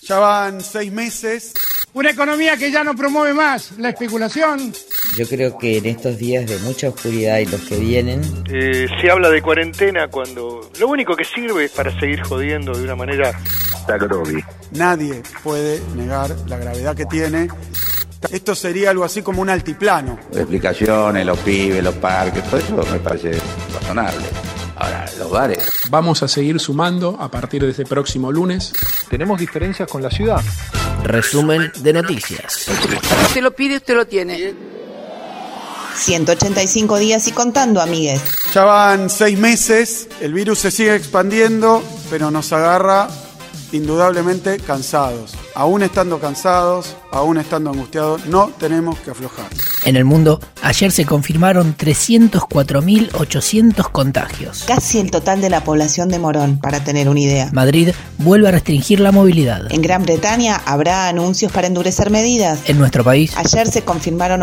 Ya van 6 meses. Una economía que ya no promueve más la especulación. Yo creo que en estos días de mucha oscuridad y los que vienen... se habla de cuarentena cuando lo único que sirve es para seguir jodiendo de una manera... Nadie puede negar la gravedad que tiene. Esto sería algo así como un altiplano. Explicaciones, los pibes, los parques, todo eso me parece razonable. Ahora, los bares... Vamos a seguir sumando a partir de este próximo lunes. Tenemos diferencias con la ciudad. Resumen de noticias. Usted lo pide, usted lo tiene. 185 días y contando, amigues. Ya van 6 meses, el virus se sigue expandiendo, pero nos agarra indudablemente cansados. Aún estando cansados, aún estando angustiados, no tenemos que aflojar. En el mundo, ayer se confirmaron 304.800 contagios. Casi el total de la población de Morón, para tener una idea. Madrid vuelve a restringir la movilidad. En Gran Bretaña habrá anuncios para endurecer medidas. En nuestro país, ayer se confirmaron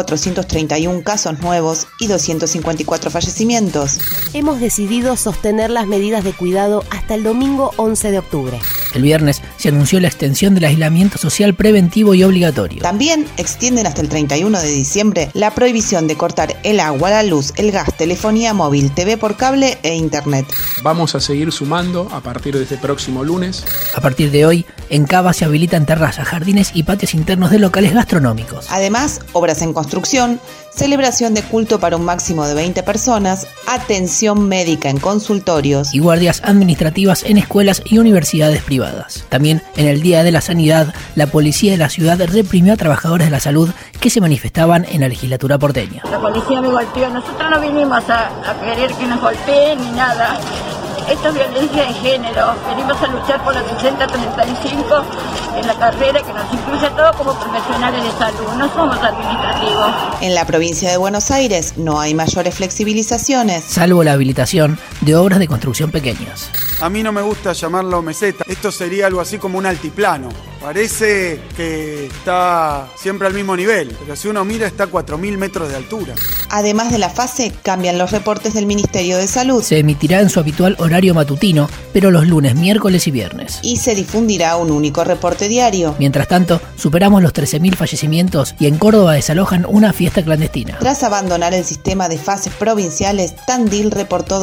8.431 casos nuevos y 254 fallecimientos. Hemos decidido sostener las medidas de cuidado hasta el domingo 11 de octubre. El viernes se anunció la extensión del aislamiento social preventivo y obligatorio. También extienden hasta el 31 de diciembre la prohibición de cortar el agua, la luz, el gas, telefonía móvil, TV por cable e internet. Vamos a seguir sumando a partir de este próximo lunes. A partir de hoy, en Cava se habilitan terrazas, jardines y patios internos de locales gastronómicos. Además, obras en construcción, celebración de culto para un máximo de 20 personas, atención médica en consultorios y guardias administrativas en escuelas y universidades privadas. También en el Día de la Sanidad, la policía de la ciudad reprimió a trabajadores de la salud que se manifestaban en la legislatura porteña. La policía me golpeó, nosotros no vinimos a querer que nos golpeen ni nada. Esto es violencia de género, venimos a luchar por los 60-35 en la carrera que nos incluye a todos como profesionales de salud, no somos administrativos. En la provincia de Buenos Aires no hay mayores flexibilizaciones, salvo la habilitación de obras de construcción pequeñas. A mí no me gusta llamarlo meseta, esto sería algo así como un altiplano. Parece que está siempre al mismo nivel, pero si uno mira está a 4.000 metros de altura. Además de la fase, cambian los reportes del Ministerio de Salud. Se emitirá en su habitual horario matutino, pero los lunes, miércoles y viernes. Y se difundirá un único reporte diario. Mientras tanto, superamos los 13.000 fallecimientos y en Córdoba desalojan una fiesta clandestina. Tras abandonar el sistema de fases provinciales, Tandil reportó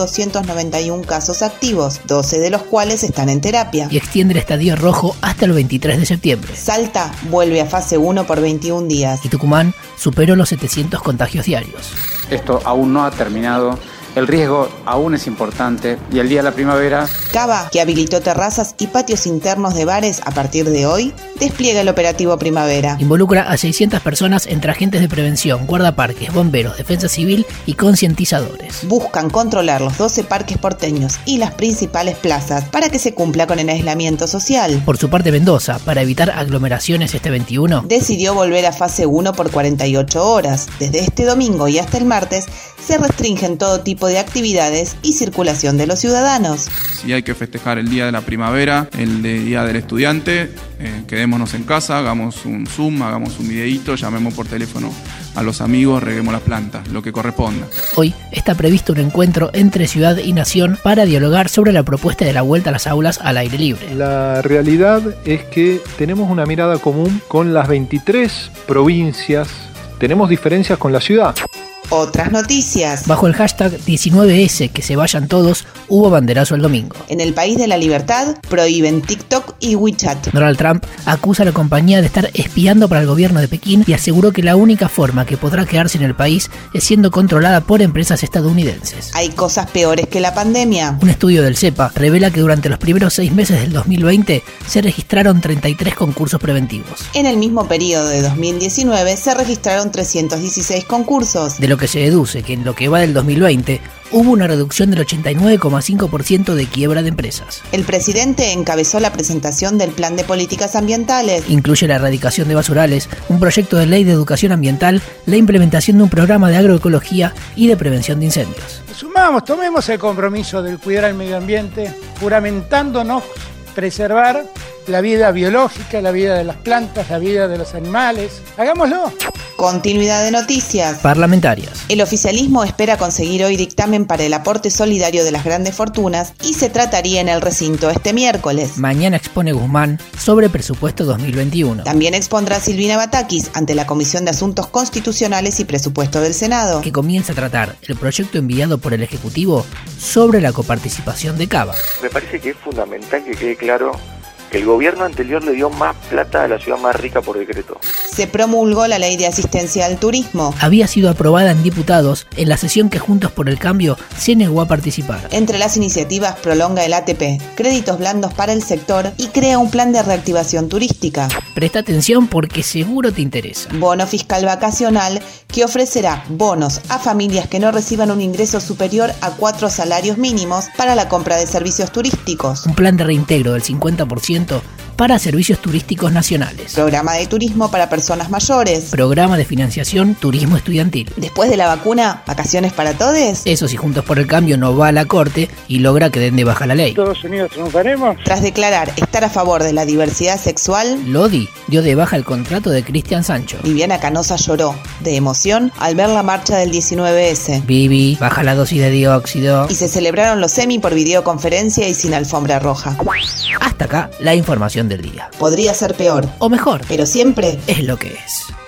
291 casos activos, 12 de los cuales están en terapia. Y extiende el estadio rojo hasta el 23 de septiembre. Salta vuelve a fase 1 por 21 días. Y Tucumán superó los 700 contagios diarios. Esto aún no ha terminado. El riesgo aún es importante y el día de la primavera... Cava, que habilitó terrazas y patios internos de bares a partir de hoy, despliega el operativo Primavera. Involucra a 600 personas entre agentes de prevención, guardaparques, bomberos, defensa civil y concientizadores. Buscan controlar los 12 parques porteños y las principales plazas para que se cumpla con el aislamiento social. Por su parte, Mendoza, para evitar aglomeraciones este 21, decidió volver a fase 1 por 48 horas. Desde este domingo y hasta el martes se restringen todo tipo de actividades y circulación de los ciudadanos. Si hay que festejar el día de la primavera, el día del estudiante, quedémonos en casa, hagamos un Zoom, hagamos un videíto, llamemos por teléfono a los amigos, reguemos las plantas, lo que corresponda. Hoy está previsto un encuentro entre ciudad y nación para dialogar sobre la propuesta de la vuelta a las aulas al aire libre. La realidad es que tenemos una mirada común con las 23 provincias, tenemos diferencias con la ciudad. Otras noticias. Bajo el hashtag 19S, que se vayan todos, hubo banderazo el domingo. En el país de la libertad prohíben TikTok y WeChat. Donald Trump acusa a la compañía de estar espiando para el gobierno de Pekín y aseguró que la única forma que podrá quedarse en el país es siendo controlada por empresas estadounidenses. Hay cosas peores que la pandemia. Un estudio del CEPA revela que durante los primeros 6 meses del 2020 se registraron 33 concursos preventivos. En el mismo periodo de 2019 se registraron 316 concursos. De lo que se deduce que en lo que va del 2020 hubo una reducción del 89,5% de quiebra de empresas. El presidente encabezó la presentación del Plan de Políticas Ambientales. Incluye la erradicación de basurales, un proyecto de ley de educación ambiental, la implementación de un programa de agroecología y de prevención de incendios. Tomemos el compromiso de cuidar el medio ambiente, juramentándonos preservar la vida biológica, la vida de las plantas, la vida de los animales. Hagámoslo. Continuidad de noticias parlamentarias. El oficialismo espera conseguir hoy dictamen para el aporte solidario de las grandes fortunas y se trataría en el recinto este miércoles. Mañana expone Guzmán sobre presupuesto 2021. También expondrá Silvina Batakis ante la Comisión de Asuntos Constitucionales y Presupuesto del Senado, que comienza a tratar el proyecto enviado por el Ejecutivo sobre la coparticipación de Cava. Me parece que es fundamental que quede claro que el gobierno anterior le dio más plata a la ciudad más rica por decreto. Se promulgó la Ley de Asistencia al Turismo. Había sido aprobada en diputados en la sesión que Juntos por el Cambio se negó a participar. Entre las iniciativas prolonga el ATP, créditos blandos para el sector y crea un plan de reactivación turística. Presta atención porque seguro te interesa. Bono fiscal vacacional que ofrecerá bonos a familias que no reciban un ingreso superior a 4 salarios mínimos para la compra de servicios turísticos. Un plan de reintegro del 50% para servicios turísticos nacionales. Programa de turismo para personas mayores. Programa de financiación turismo estudiantil. Después de la vacuna, vacaciones para todos. Eso si Juntos por el Cambio no va a la corte y logra que den de baja la ley. Todos unidos triunfaremos. Tras declarar estar a favor de la diversidad sexual, Lodi dio de baja el contrato de Cristian Sancho. Viviana Canosa lloró de emoción al ver la marcha del 19S. Vivi, baja la dosis de dióxido. Y se celebraron los semi por videoconferencia y sin alfombra roja. Hasta acá la información del día. Podría ser peor o mejor, pero siempre es lo que es.